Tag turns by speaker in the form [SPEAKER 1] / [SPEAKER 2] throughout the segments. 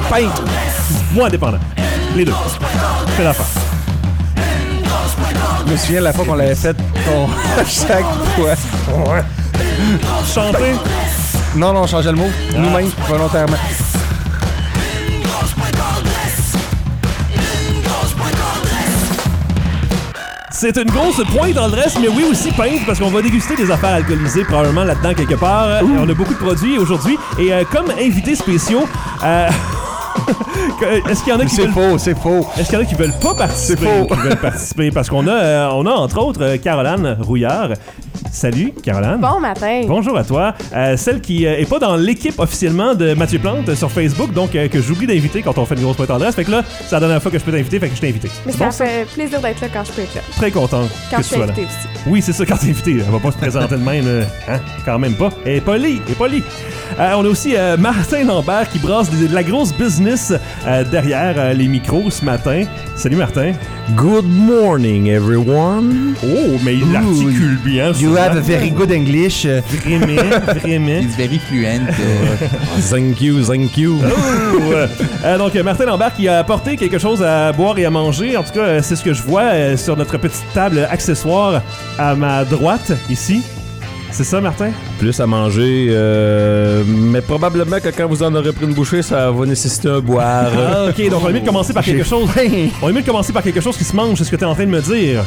[SPEAKER 1] pain ou indépendant? Les deux. Fais l'affaire.
[SPEAKER 2] Je me souviens de la fois qu'on l'avait fait chaque fois.
[SPEAKER 1] Ouais. Chanter?
[SPEAKER 2] Non, on changeait le mot. Nous-mêmes, volontairement.
[SPEAKER 1] C'est une grosse pointe dans le reste, mais oui aussi peinte, parce qu'on va déguster des affaires alcoolisées probablement là-dedans quelque part. On a beaucoup de produits aujourd'hui. Et comme invités spéciaux, est-ce qu'il y en a qui veulent...
[SPEAKER 2] C'est faux.
[SPEAKER 1] Est-ce qu'il y en a qui veulent pas participer?
[SPEAKER 2] C'est faux.
[SPEAKER 1] Qui veulent participer? Parce qu'on a, entre autres Caroline Rouillard. Salut, Caroline.
[SPEAKER 3] Bon matin.
[SPEAKER 1] Bonjour à toi. Celle qui est pas dans l'équipe officiellement de Mathieu Plante sur Facebook, donc que j'oublie d'inviter quand on fait une grosse pointe en dresse. Fait que là, c'est la dernière fois que je peux t'inviter, fait que je t'ai invité.
[SPEAKER 3] Mais ça fait plaisir d'être là quand je peux être là.
[SPEAKER 1] Très content
[SPEAKER 3] quand
[SPEAKER 1] que
[SPEAKER 3] je
[SPEAKER 1] tu sois là.
[SPEAKER 3] invité aussi.
[SPEAKER 1] Oui, c'est ça, quand t'es invité. Elle va pas se présenter de même, hein? Quand même pas. Elle est polie, on a aussi Martin Lambert qui brasse de la grosse business derrière les micros ce matin. Salut Martin.
[SPEAKER 4] Good morning, everyone.
[SPEAKER 1] Oh, mais il articule bien.
[SPEAKER 2] You have a very good English.
[SPEAKER 1] Vraiment.
[SPEAKER 5] He's very fluent.
[SPEAKER 4] Thank you.
[SPEAKER 1] Oh, donc, Martin Lambert qui a apporté quelque chose à boire et à manger. En tout cas, c'est ce que je vois sur notre petite table accessoire à ma droite, ici. C'est ça, Martin?
[SPEAKER 4] Plus à manger, mais probablement que quand vous en aurez pris une bouchée, ça va nécessiter un boire.
[SPEAKER 1] Ah, ok, donc on est mieux de commencer par quelque chose. On est mieux de commencer par quelque chose qui se mange, c'est ce que t'es en train de me dire.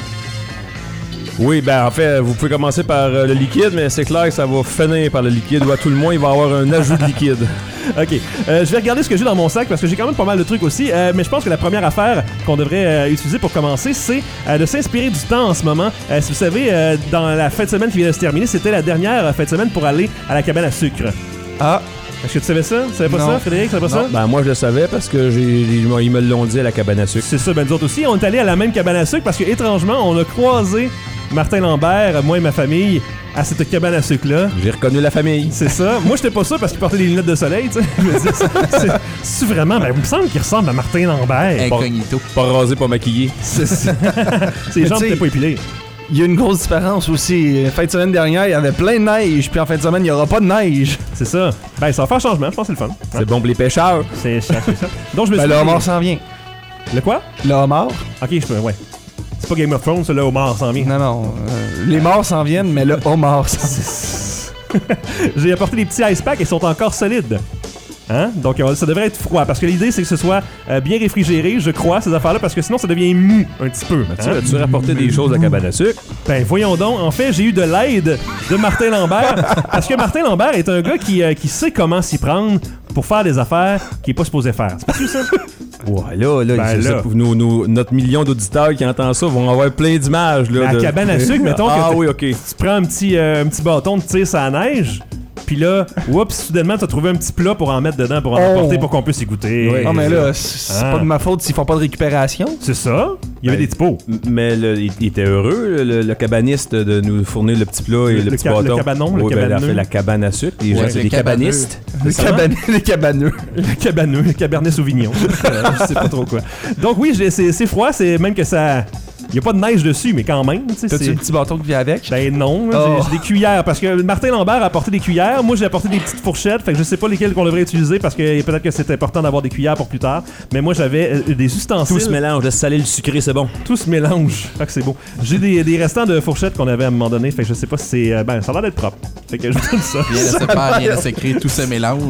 [SPEAKER 4] Oui, ben en fait, vous pouvez commencer par le liquide, mais c'est clair que ça va finir par le liquide, ou à tout le moins, il va y avoir un ajout de liquide.
[SPEAKER 1] Ok, je vais regarder ce que j'ai dans mon sac parce que j'ai quand même pas mal de trucs aussi, mais je pense que la première affaire qu'on devrait utiliser pour commencer, c'est de s'inspirer du temps en ce moment. Si vous savez, dans la fin de semaine qui vient de se terminer, c'était la dernière fin de semaine pour aller à la cabane à sucre.
[SPEAKER 2] Ah.
[SPEAKER 1] Est-ce que tu savais ça? Tu savais pas
[SPEAKER 2] Non.
[SPEAKER 1] ça, Frédéric? Tu savais pas ça?
[SPEAKER 4] Ben moi je le savais parce que ils me l'ont dit à la cabane à sucre.
[SPEAKER 1] C'est ça, ben nous autres aussi, on est allés à la même cabane à sucre parce que étrangement, on a croisé Martin Lambert, moi et ma famille, à cette cabane à sucre-là.
[SPEAKER 4] J'ai reconnu la famille.
[SPEAKER 1] C'est ça. Moi, j'étais pas sûr parce qu'il portait des lunettes de soleil, tu sais. Je me dis, c'est vraiment... Ben, il me semble qu'il ressemble à Martin Lambert.
[SPEAKER 5] Incognito.
[SPEAKER 4] Pas rasé, pas maquillé.
[SPEAKER 1] C'est ça. Ses jambes n'étaient pas épilées.
[SPEAKER 2] Il y a une grosse différence aussi. Fin de semaine dernière, il y avait plein de neige, puis en fin de semaine, il n'y aura pas de neige.
[SPEAKER 1] C'est ça. Ben, ça va faire changement. Je pense que c'est le fun.
[SPEAKER 4] C'est bon pour les pêcheurs.
[SPEAKER 1] C'est ça. Donc, je me suis
[SPEAKER 2] Le
[SPEAKER 1] dit-
[SPEAKER 2] homard s'en vient.
[SPEAKER 1] Le quoi?
[SPEAKER 2] Le homard?
[SPEAKER 1] Ok, je peux... Ouais. C'est pas Game of Thrones, ça, le homard s'en vient.
[SPEAKER 2] Non. Les morts s'en viennent, mais le homard s'en vient.
[SPEAKER 1] J'ai apporté des petits ice packs et ils sont encore solides. Hein? Donc, ça devrait être froid. Parce que l'idée, c'est que ce soit bien réfrigéré, je crois, ces affaires-là, parce que sinon, ça devient mou un petit peu.
[SPEAKER 4] Tu as-tu rapporté des choses à la cabane à sucre?
[SPEAKER 1] Ben, voyons donc. En fait, j'ai eu de l'aide de Martin Lambert. Parce que Martin Lambert est un gars qui sait comment s'y prendre pour faire des affaires qu'il n'est pas supposé faire. C'est pas sûr, ça?
[SPEAKER 4] Ouais, là,
[SPEAKER 1] Ben
[SPEAKER 4] ça,
[SPEAKER 1] là.
[SPEAKER 4] notre million d'auditeurs qui entendent ça vont avoir plein d'images. Là,
[SPEAKER 1] La cabane à sucre, mettons
[SPEAKER 4] Ah
[SPEAKER 1] que
[SPEAKER 4] oui, ok.
[SPEAKER 1] tu prends un petit bâton de tir sur la neige, puis là, oups, soudainement, tu as trouvé un petit plat pour en mettre dedans, pour en apporter, pour qu'on puisse y goûter.
[SPEAKER 4] Oui.
[SPEAKER 2] Non, mais là, c'est
[SPEAKER 1] Ah.
[SPEAKER 2] pas de ma faute s'ils font pas de récupération.
[SPEAKER 1] C'est ça. Il y avait
[SPEAKER 4] Ben,
[SPEAKER 1] des petits pots.
[SPEAKER 4] Mais il était heureux, le cabaniste, de nous fournir le petit plat et le petit bâton.
[SPEAKER 1] Le cabanon, le
[SPEAKER 4] Oui, ben, il a
[SPEAKER 1] cabaneux.
[SPEAKER 4] fait la cabane à sucre. Les
[SPEAKER 5] Ouais,
[SPEAKER 4] gens, c'est
[SPEAKER 5] le
[SPEAKER 4] des
[SPEAKER 5] cabaneux.
[SPEAKER 4] cabanistes.
[SPEAKER 2] Les cabaneux.
[SPEAKER 1] Le cabaneux, le cabernet sauvignon. Je sais pas trop quoi. Donc oui, c'est froid, c'est même que ça... Il y a pas de neige dessus, mais quand même, tu sais,
[SPEAKER 2] T'as-tu
[SPEAKER 1] c'est...
[SPEAKER 2] le petit bâton qui vient avec?
[SPEAKER 1] Ben non,
[SPEAKER 2] Oh.
[SPEAKER 1] j'ai des cuillères parce que Martin Lambert a apporté des cuillères, moi j'ai apporté des petites fourchettes, fait que je sais pas lesquelles qu'on devrait utiliser parce que peut-être que c'est important d'avoir des cuillères pour plus tard, mais moi j'avais des ustensiles.
[SPEAKER 4] Tout se mélange, le salé, le sucré, c'est bon.
[SPEAKER 1] Tout se mélange. Fait que c'est beau. J'ai des restants de fourchettes qu'on avait à un moment donné, fait que je sais pas si c'est... ben ça a l'air d'être propre. Fait que je vous donne ça.
[SPEAKER 5] Rien ne se perd, rien ne se crée, tout se mélange.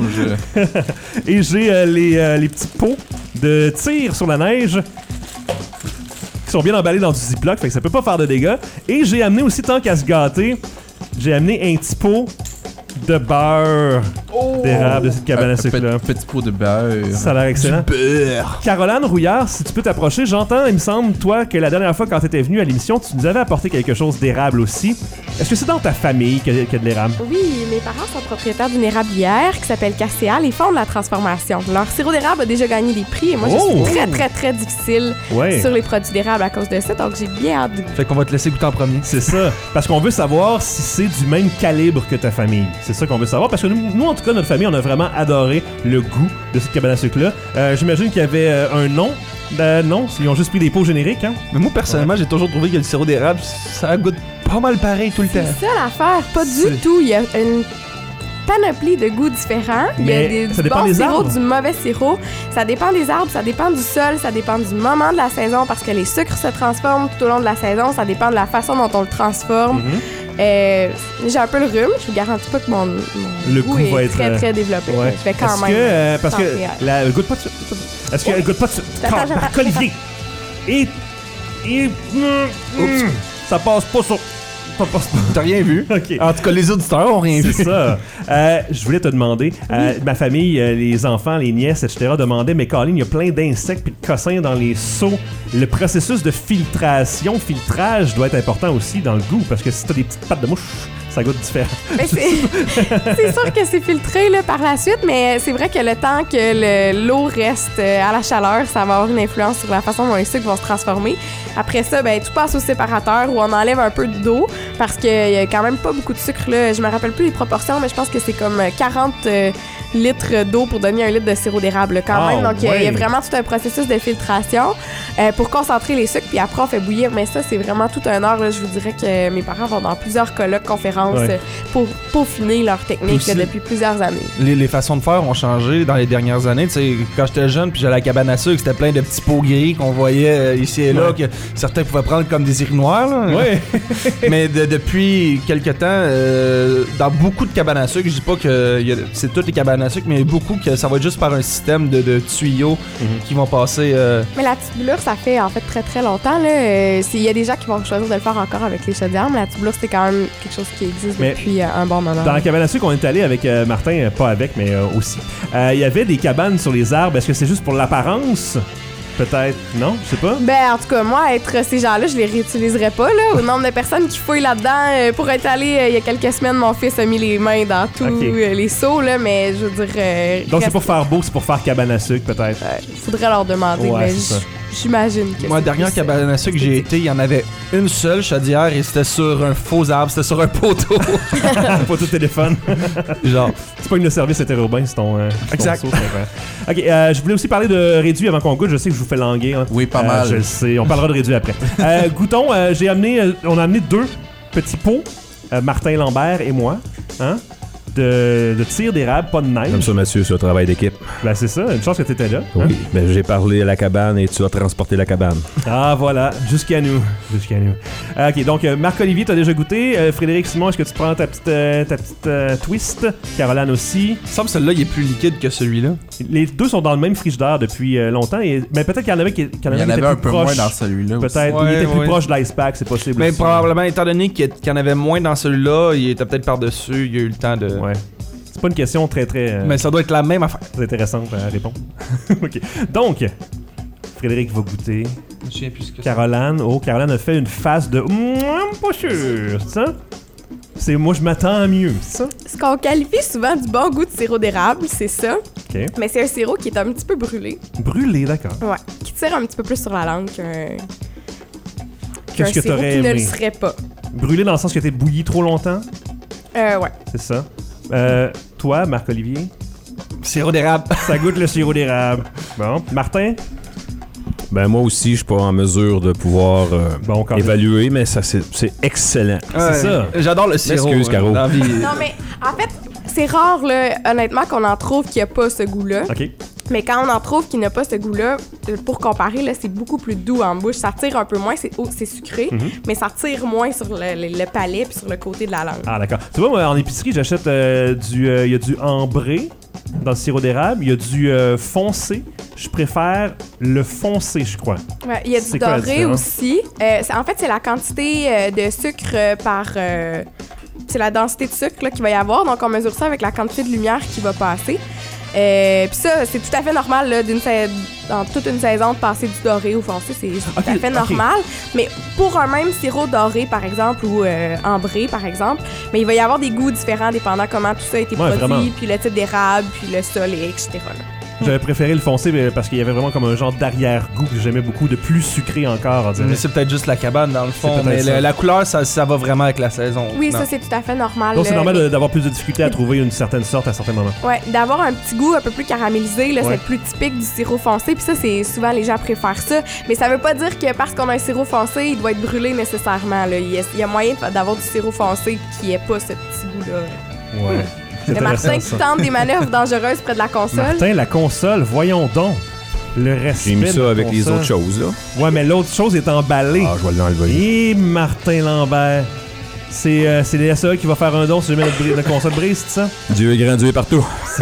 [SPEAKER 1] Et j'ai les petits pots de tir sur la neige qui sont bien emballés dans du Ziploc, fait que ça peut pas faire de dégâts. Et j'ai amené aussi, tant qu'à se gâter, j'ai amené un petit pot de beurre d'érable de cette cabane à sucre-là.
[SPEAKER 5] Petit pot de beurre.
[SPEAKER 1] Ça a l'air excellent. Caroline Rouillard, si tu peux t'approcher, j'entends, il me semble, toi, que la dernière fois quand tu étais venue à l'émission, tu nous avais apporté quelque chose d'érable aussi. Est-ce que c'est dans ta famille qu'il y a de l'érable?
[SPEAKER 3] Oui, mes parents sont propriétaires d'une érablière qui s'appelle Casséal et font de la transformation. Leur sirop d'érable a déjà gagné des prix et moi, je suis très, très, très difficile
[SPEAKER 1] Ouais.
[SPEAKER 3] sur les produits d'érable à cause de ça, donc j'ai bien hâte de goûter.
[SPEAKER 2] Fait qu'on va te laisser goûter en premier.
[SPEAKER 1] C'est ça. Parce qu'on veut savoir si c'est du même calibre que ta famille. C'est ça qu'on veut savoir. Parce que nous, en tout cas, notre famille, on a vraiment adoré le goût de cette cabane à sucre-là. J'imagine qu'il y avait un nom. Non, ils ont juste pris des pots génériques, hein?
[SPEAKER 2] Mais moi, personnellement, j'ai toujours trouvé que le sirop d'érable, ça goûte pas mal pareil tout le temps.
[SPEAKER 3] C'est ça l'affaire, pas
[SPEAKER 1] C'est-
[SPEAKER 3] du tout. Il y a panoplie de goûts différents. Il y a
[SPEAKER 1] Mais ça
[SPEAKER 3] du
[SPEAKER 1] dépend
[SPEAKER 3] bon
[SPEAKER 1] des
[SPEAKER 3] sirop,
[SPEAKER 1] arbres.
[SPEAKER 3] du mauvais sirop. Ça dépend des arbres, ça dépend du sol, ça dépend du moment de la saison parce que les sucres se transforment tout au long de la saison. Ça dépend de la façon dont on le transforme. J'ai un peu le rhume. Je vous garantis pas que mon
[SPEAKER 1] Le
[SPEAKER 3] goût
[SPEAKER 1] goût
[SPEAKER 3] est
[SPEAKER 1] va être,
[SPEAKER 3] très, très développé.
[SPEAKER 1] Ouais.
[SPEAKER 3] Je vais quand
[SPEAKER 1] Est-ce
[SPEAKER 3] même.
[SPEAKER 1] que, parce que
[SPEAKER 3] tenter,
[SPEAKER 1] elle goûte pas de Est-ce qu'elle goûte pas de
[SPEAKER 3] Attends,
[SPEAKER 1] Marc-Olivier. Et ça passe pas sur. Ça passe pas.
[SPEAKER 2] T'as rien vu?
[SPEAKER 1] Ok.
[SPEAKER 2] En tout cas, les auditeurs ont rien vu.
[SPEAKER 1] C'est ça. Je voulais te demander, ma famille, les enfants, les nièces, etc. demandaient, mais Colin, il y a plein d'insectes et de cossins dans les seaux. Le processus de filtrage doit être important aussi dans le goût, parce que si t'as des petites pattes de mouche, ça goûte différent.
[SPEAKER 3] Mais c'est sûr que c'est filtré là, par la suite, mais c'est vrai que le temps que l'eau reste à la chaleur, ça va avoir une influence sur la façon dont les sucres vont se transformer. Après ça, ben, tout passe au séparateur où on enlève un peu d'eau parce qu'il y a quand même pas beaucoup de sucre. Là. Je me rappelle plus les proportions, mais je pense que c'est comme 40 litres d'eau pour donner un litre de sirop d'érable là, quand même. Donc, il y a vraiment tout un processus de filtration pour concentrer les sucres, puis après, on fait bouillir. Mais ça, c'est vraiment tout un art. Là. Je vous dirais que mes parents vont dans plusieurs colloques, conférences pour peaufiner leur technique là, depuis plusieurs années.
[SPEAKER 2] Les façons de faire ont changé dans les dernières années. Tu sais, quand j'étais jeune, puis j'allais à la cabane à sucre, c'était plein de petits pots gris qu'on voyait ici et là, que certains pouvaient prendre comme des urinoirs. Là.
[SPEAKER 1] Ouais.
[SPEAKER 2] Mais depuis quelques temps, dans beaucoup de cabanes à sucre, je dis pas que c'est toutes les cabanes à sucre, mais il y a beaucoup que ça va être juste par un système de tuyaux qui vont passer.
[SPEAKER 3] Mais la tubulure, ça fait en fait très très longtemps. Il y a des gens qui vont choisir de le faire encore avec les chaudières, mais la tubulure, c'était quand même quelque chose qui existe depuis un bon moment.
[SPEAKER 1] Dans la cabane à sucre, on est allé avec Martin, pas avec, mais aussi. Il y avait des cabanes sur les arbres. Est-ce que c'est juste pour l'apparence? Peut-être, non? Je sais pas.
[SPEAKER 3] Ben, en tout cas, moi, être ces gens-là, je les réutiliserais pas, là. Au nombre de personnes qui fouillent là-dedans. Pour être allé il y a quelques semaines, mon fils a mis les mains dans tous les seaux, là, mais je veux dire...
[SPEAKER 1] Donc, c'est pour faire beau, c'est pour faire cabane à sucre, peut-être.
[SPEAKER 3] Faudrait leur demander, mais j'imagine que
[SPEAKER 2] moi, la dernière cabane à sucre que j'ai été, il y en avait une seule chaudière et c'était sur un faux arbre, c'était sur un poteau.
[SPEAKER 1] Poteau de téléphone.
[SPEAKER 2] Genre.
[SPEAKER 1] C'est pas une service interurbain, c'est ton.
[SPEAKER 2] Exact.
[SPEAKER 1] Ton saut, ok, je voulais aussi parler de réduit avant qu'on goûte. Je sais que je vous fais languer. Hein.
[SPEAKER 5] Oui, pas mal.
[SPEAKER 1] Je le sais. On parlera de réduit après. Goûtons. On a amené 2 petits pots, Martin Lambert et moi. Hein? De tir d'érable, pas de neige.
[SPEAKER 4] Comme ça, Mathieu, c'est un travail d'équipe.
[SPEAKER 1] Ben, c'est ça. Une chance que t'étais là.
[SPEAKER 4] Oui,
[SPEAKER 1] Hein?
[SPEAKER 4] ben, j'ai parlé à la cabane et tu as transporté la cabane.
[SPEAKER 1] Ah, voilà. Jusqu'à nous. Ok, donc, Marc-Olivier, t'as déjà goûté. Frédéric Simon, est-ce que tu prends ta petite twist? Caroline aussi.
[SPEAKER 2] Il me semble que celui-là, il est plus liquide que celui-là.
[SPEAKER 1] Les deux sont dans le même frigidaire depuis longtemps. Mais peut-être qu'il y en avait qui
[SPEAKER 5] Il y en avait un peu moins dans celui-là aussi.
[SPEAKER 1] Peut-être. Il était plus proche de l'ice pack, c'est possible.
[SPEAKER 2] Mais
[SPEAKER 1] aussi.
[SPEAKER 2] probablement, étant donné qu'il y en avait moins dans celui-là, il était peut-être par-dessus, il y a eu le temps de...
[SPEAKER 1] Ouais. C'est pas une question très
[SPEAKER 2] Mais ça doit être la même affaire.
[SPEAKER 1] intéressante à répondre. Ok. Donc, Frédéric va goûter.
[SPEAKER 2] Je me souviens plus ce que
[SPEAKER 1] Caroline. Oh, Caroline a fait une face de... pas sûr, c'est ça? C'est moi, je m'attends à mieux, c'est ça?
[SPEAKER 3] Ce qu'on qualifie souvent du bon goût de sirop d'érable, c'est ça.
[SPEAKER 1] Ok.
[SPEAKER 3] Mais c'est un sirop qui est un petit peu brûlé.
[SPEAKER 1] Brûlé, d'accord.
[SPEAKER 3] Ouais. Qui tire un petit peu plus sur la langue qu'un
[SPEAKER 1] Qu'est-ce que
[SPEAKER 3] sirop
[SPEAKER 1] t'aurais
[SPEAKER 3] qui ne le
[SPEAKER 1] aimé?
[SPEAKER 3] serait pas.
[SPEAKER 1] Brûlé dans le sens que t'es bouilli trop longtemps?
[SPEAKER 3] Ouais.
[SPEAKER 1] C'est ça. Toi, Marc-Olivier?
[SPEAKER 2] Sirop d'érable.
[SPEAKER 1] Ça goûte le sirop d'érable. Bon. Martin?
[SPEAKER 4] Ben, moi aussi, je suis pas en mesure de pouvoir
[SPEAKER 1] Bon, quand même.
[SPEAKER 4] évaluer, mais ça, c'est excellent.
[SPEAKER 1] C'est ça.
[SPEAKER 2] J'adore le sirop.
[SPEAKER 4] M'excuse, Caro.
[SPEAKER 2] dans la vie.
[SPEAKER 3] Non, mais en fait, c'est rare, là, honnêtement, qu'on en trouve qui a pas ce goût-là.
[SPEAKER 1] OK.
[SPEAKER 3] Mais quand on en trouve qui n'a pas ce goût-là, pour comparer, là, c'est beaucoup plus doux en bouche. Ça tire un peu moins, c'est sucré, mais ça tire moins sur le palais puis sur le côté de la langue.
[SPEAKER 1] Ah, d'accord. Tu vois, moi, en épicerie, j'achète il y a du ambré dans le sirop d'érable. Il y a du foncé. Je préfère le foncé, je crois.
[SPEAKER 3] Ouais, il y a
[SPEAKER 1] C'est
[SPEAKER 3] du
[SPEAKER 1] quoi la
[SPEAKER 3] doré
[SPEAKER 1] différence?
[SPEAKER 3] aussi. En fait, c'est la quantité de sucre par... c'est la densité de sucre là, qu'il va y avoir. Donc, on mesure ça avec la quantité de lumière qui va passer. Puis ça, c'est tout à fait normal là, dans toute une saison de passer du doré au foncé, c'est tout à fait normal. Mais pour un même sirop doré, par exemple, ou ambré, par exemple, mais il va y avoir des goûts différents dépendant comment tout ça a été produit,
[SPEAKER 1] vraiment.
[SPEAKER 3] puis le type d'érable, puis le sol, et etc. là.
[SPEAKER 1] J'avais préféré le foncé parce qu'il y avait vraiment comme un genre d'arrière-goût que j'aimais beaucoup, de plus sucré encore, on dirait.
[SPEAKER 2] Mais c'est peut-être juste la cabane dans le fond.
[SPEAKER 1] C'est peut-être
[SPEAKER 2] Mais
[SPEAKER 1] ça.
[SPEAKER 2] la couleur, ça va vraiment avec la saison.
[SPEAKER 3] Oui,
[SPEAKER 2] Non.
[SPEAKER 3] ça, c'est tout à fait normal.
[SPEAKER 1] Donc, c'est
[SPEAKER 3] là,
[SPEAKER 1] normal
[SPEAKER 3] mais-
[SPEAKER 1] d'avoir plus de difficultés à trouver une certaine sorte à certains moments.
[SPEAKER 3] Ouais, d'avoir un petit goût un peu plus caramélisé, là,
[SPEAKER 1] Ouais.
[SPEAKER 3] c'est plus typique du sirop foncé. Puis ça, c'est souvent les gens préfèrent ça. Mais ça veut pas dire que parce qu'on a un sirop foncé, il doit être brûlé nécessairement. Là. Il y a moyen d'avoir du sirop foncé qui ait pas ce petit goût-là.
[SPEAKER 1] Ouais.
[SPEAKER 3] Le Martin qui tente des manœuvres dangereuses près de la console.
[SPEAKER 1] Martin, la console, voyons donc. Le respect.
[SPEAKER 4] J'ai mis ça avec les
[SPEAKER 1] console.
[SPEAKER 4] autres choses, là.
[SPEAKER 1] Ouais, mais l'autre chose est emballée.
[SPEAKER 4] Ah, je vais l'enlever.
[SPEAKER 1] Et Martin Lambert. C'est les SAE qui va faire un don si jamais notre console brise, c'est ça?
[SPEAKER 4] Dieu est grand, Dieu est partout.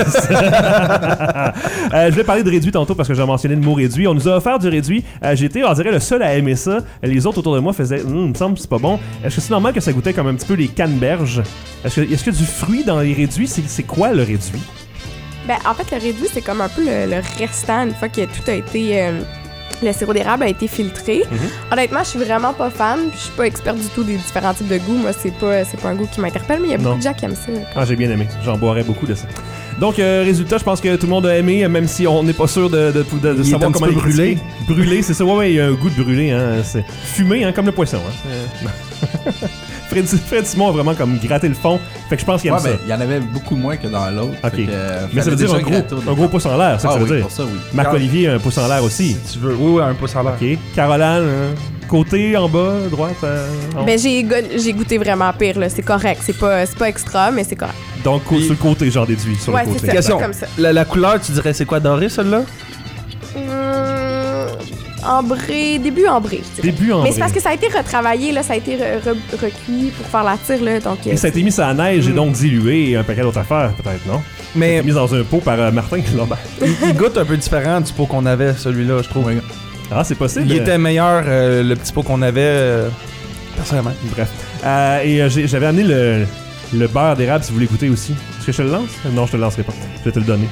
[SPEAKER 1] Je vais parler de réduit tantôt parce que j'ai mentionné le mot réduit. On nous a offert du réduit. J'étais, on dirait, le seul à aimer ça. Les autres autour de moi faisaient il me semble que c'est pas bon. Est-ce que c'est normal que ça goûtait comme un petit peu les canneberges? Est-ce qu'il y a du fruit dans les réduits? C'est quoi le réduit?
[SPEAKER 3] Ben, en fait, le réduit, c'est comme un peu le restant une fois que tout a été. Le sirop d'érable a été filtré. Honnêtement, je suis vraiment pas fan. Je suis pas expert du tout des différents types de goûts. Moi, c'est pas un goût qui m'interpelle, mais il y a beaucoup de gens qui aiment ça.
[SPEAKER 1] Ah, j'ai bien aimé. J'en boirais beaucoup de ça. Donc, résultat, je pense que tout le monde a aimé, même si on n'est pas sûr de savoir comment il est brûlé. Brûlé, c'est ça. Ouais, il y a un goût de brûlé. Hein. C'est fumé, hein, comme le poisson. Hein. Fred Simon a vraiment comme gratté le fond. Fait que je pense qu'il aime ça.
[SPEAKER 5] Il y en avait beaucoup moins que dans l'autre.
[SPEAKER 1] OK. Mais ça veut dire un gros pouce en l'air, c'est ça que ça veut dire.
[SPEAKER 5] Pour ça, oui.
[SPEAKER 1] Marc-Olivier, un pouce en l'air aussi.
[SPEAKER 2] Si tu veux. Oui, un pouce en l'air.
[SPEAKER 1] OK. Caroline, côté, en bas, droite.
[SPEAKER 3] Ben, j'ai goûté vraiment pire, là. C'est correct. C'est pas extra, mais c'est correct.
[SPEAKER 1] Donc, sur le côté, genre déduit. Sur
[SPEAKER 3] ouais,
[SPEAKER 1] le côté.
[SPEAKER 3] c'est ça.
[SPEAKER 2] Question.
[SPEAKER 3] Comme ça.
[SPEAKER 2] La couleur, tu dirais, c'est quoi, doré, celle-là?
[SPEAKER 3] Ambré, début ambré, je dirais.
[SPEAKER 1] Début ambré.
[SPEAKER 3] Mais c'est parce que ça a été retravaillé, là, ça a été recuit pour faire la tire, là, donc...
[SPEAKER 1] Et ça a été mis sur la neige et donc dilué et un paquet d'autres affaires, peut-être, non?
[SPEAKER 2] Mais...
[SPEAKER 1] Ça a été mis dans un pot par Martin.
[SPEAKER 2] il goûte un peu différent du pot qu'on avait, celui-là, je trouve.
[SPEAKER 1] Ah, c'est possible?
[SPEAKER 2] Il était meilleur, le petit pot qu'on avait, personnellement.
[SPEAKER 1] Bref. Et j'avais amené le beurre d'érable si vous voulez goûter aussi. Est-ce que je te le lance? Non, je te le lancerai pas. Je vais te le donner.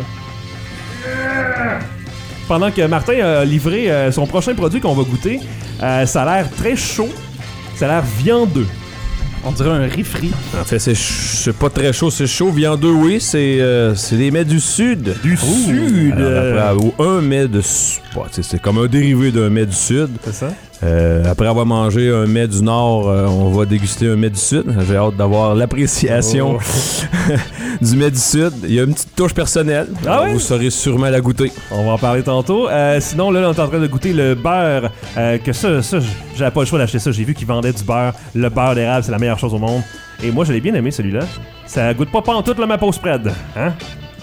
[SPEAKER 1] Pendant que Martin a livré son prochain produit qu'on va goûter, ça a l'air très chaud. Ça a l'air viandeux.
[SPEAKER 2] On dirait un riz frit.
[SPEAKER 4] En fait, c'est pas très chaud, c'est chaud. Viandeux, oui, c'est des mets du Sud.
[SPEAKER 1] Du Sud!
[SPEAKER 4] Ou un mets de... c'est comme un dérivé d'un mets du Sud.
[SPEAKER 1] C'est ça?
[SPEAKER 4] Après avoir mangé un mets du Nord, on va déguster un mets du Sud. J'ai hâte d'avoir l'appréciation du mets du Sud. Il y a une petite touche personnelle.
[SPEAKER 1] Ah ouais?
[SPEAKER 4] Vous saurez sûrement la goûter.
[SPEAKER 1] On va en parler tantôt. Sinon, là, on est en train de goûter le beurre. Que ça, j'avais pas le choix d'acheter ça. J'ai vu qu'ils vendaient du beurre. Le beurre d'érable, c'est la meilleure chose au monde. Et moi, je l'ai bien aimé, celui-là. Ça goûte pas pantoute le ma pause spread. Hein?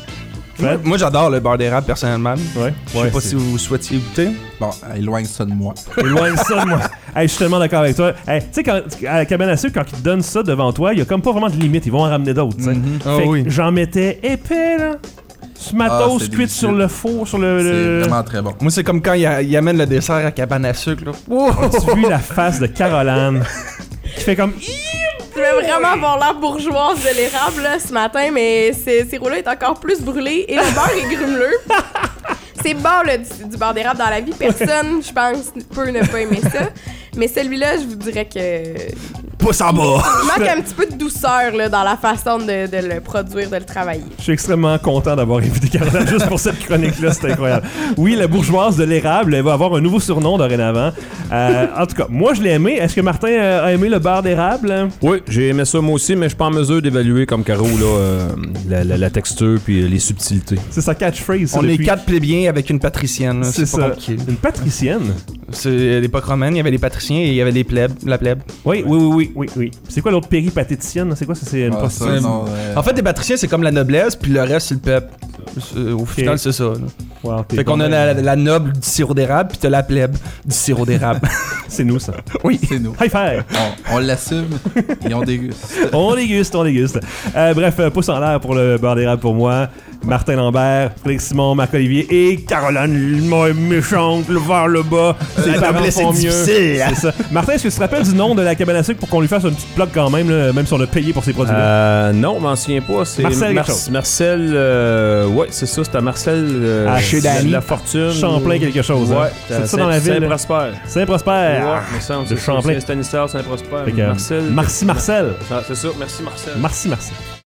[SPEAKER 2] Moi, j'adore le beurre d'érable, personnellement.
[SPEAKER 1] Ouais.
[SPEAKER 2] Je sais pas si vous souhaitiez goûter.
[SPEAKER 5] Bon, éloigne ça de moi.
[SPEAKER 1] Éloigne ça de moi. Hey, je suis tellement d'accord avec toi. Hey, tu sais, à la cabane à sucre, quand ils te donnent ça devant toi, il y a comme pas vraiment de limite. Ils vont en ramener d'autres. Fait que j'en mettais épais, là. Ce matos cuit sur le four, sur le...
[SPEAKER 5] C'est vraiment très bon.
[SPEAKER 2] Moi, c'est comme quand il amène le dessert à cabane à sucre, là.
[SPEAKER 1] As-tu vu la face de Caroline qui fait comme...
[SPEAKER 3] Je vais vraiment avoir l'air bourgeoise de l'érable là, ce matin, mais ce sirop-là est encore plus brûlé et le beurre est grumeleux. C'est bon là, du beurre d'érable dans la vie. Personne, je pense, peut ne pas aimer ça. Mais celui-là, je vous dirais que...
[SPEAKER 2] Pouce en bas!
[SPEAKER 3] Il manque un petit peu de douceur là, dans la façon de le produire, de le travailler.
[SPEAKER 1] Je suis extrêmement content d'avoir invité Caroline juste pour cette chronique-là, c'est incroyable. Oui, la bourgeoise de l'érable, elle va avoir un nouveau surnom dorénavant. En tout cas, moi je l'ai aimé. Est-ce que Martin a aimé le beurre d'érable?
[SPEAKER 4] Oui, j'ai aimé ça moi aussi, mais je suis pas en mesure d'évaluer comme Caro là, la texture puis les subtilités.
[SPEAKER 1] C'est sa catchphrase.
[SPEAKER 2] On est 4 plébéiens avec une patricienne.
[SPEAKER 1] C'est ça.
[SPEAKER 2] Pas compliqué.
[SPEAKER 1] Une patricienne?
[SPEAKER 2] C'est à l'époque romaine, il y avait les patriciens et il y avait les plèbes, la plèbe.
[SPEAKER 1] Oui. C'est quoi l'autre péripatéticienne? C'est quoi ça? C'est une prostituée?
[SPEAKER 2] En fait, les patriciens, c'est comme la noblesse, puis le reste, c'est le peuple. Au final, c'est ça. Là.
[SPEAKER 1] Wow,
[SPEAKER 2] fait qu'on a la noble du sirop d'érable, puis t'as la plèbe du sirop d'érable.
[SPEAKER 1] C'est nous, ça.
[SPEAKER 5] Oui, c'est nous.
[SPEAKER 1] High five!
[SPEAKER 5] On l'assume et on déguste.
[SPEAKER 1] On déguste. Bref, pouce en l'air pour le beurre d'érable pour moi. Martin Lambert, Frédéric Simon, Marc-Olivier et Caroline, méchante, le vers le bas. Ses parents font mieux. C'est ça. Martin, est-ce que tu te rappelles du nom de la cabane à sucre pour qu'on lui fasse une petite plug quand même, là, même si on a payé pour ses produits-là?
[SPEAKER 4] Non, je m'en souviens pas. C'est Marcel. Ouais, c'est ça, c'était Marcel.
[SPEAKER 1] Chez Dany.
[SPEAKER 4] La Fortune.
[SPEAKER 1] Champlain quelque chose.
[SPEAKER 4] Ouais,
[SPEAKER 1] c'est ça dans la ville.
[SPEAKER 4] Saint-Prosper.
[SPEAKER 1] Saint-Prosper.
[SPEAKER 4] Ouais,
[SPEAKER 1] de Champlain.
[SPEAKER 4] Saint-Stanislas, Saint-Prosper.
[SPEAKER 1] Marcel. Merci Marcel.
[SPEAKER 4] C'est ça, merci Marcel.
[SPEAKER 1] Merci Marcel.